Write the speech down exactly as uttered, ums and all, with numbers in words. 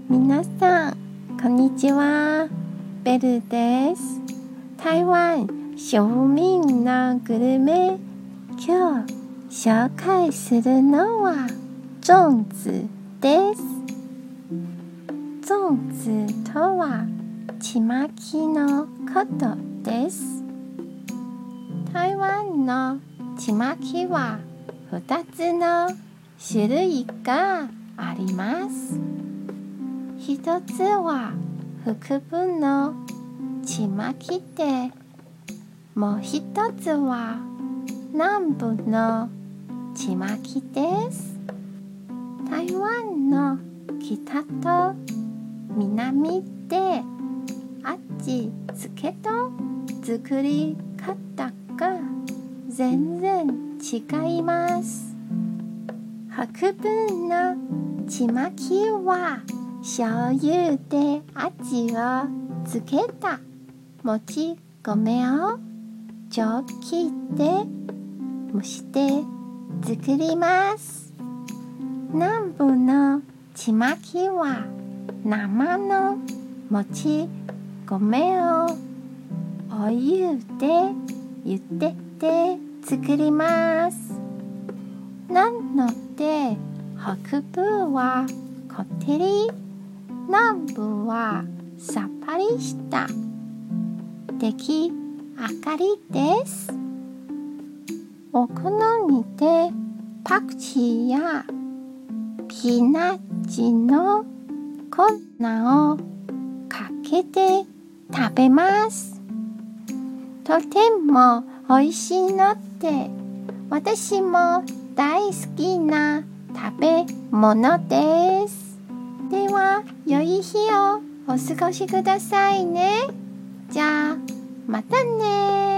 皆さんこんにちは、ベルです。台湾庶民のグルメ、今日紹介するのは粽子です。粽子とはちまきのことです。台湾のちまきはふたつの種類があります。一つは北部のちまきで、もう一つは南部のちまきです。台湾の北と南であっちつけと作り方が全然違います。北部のちまきは醤油で味をつけたもち米を蒸気で蒸して作ります。南部のちまきは生のもち米をお湯で茹でて作ります。なので北部はこってり、南部はさっぱりした出来上がりです。お好みでパクチーやピーナッツの粉をかけて食べます。とても美味しいので、私も大好きな食べ物です。では、良い日をお過ごしくださいね。じゃあ、またね。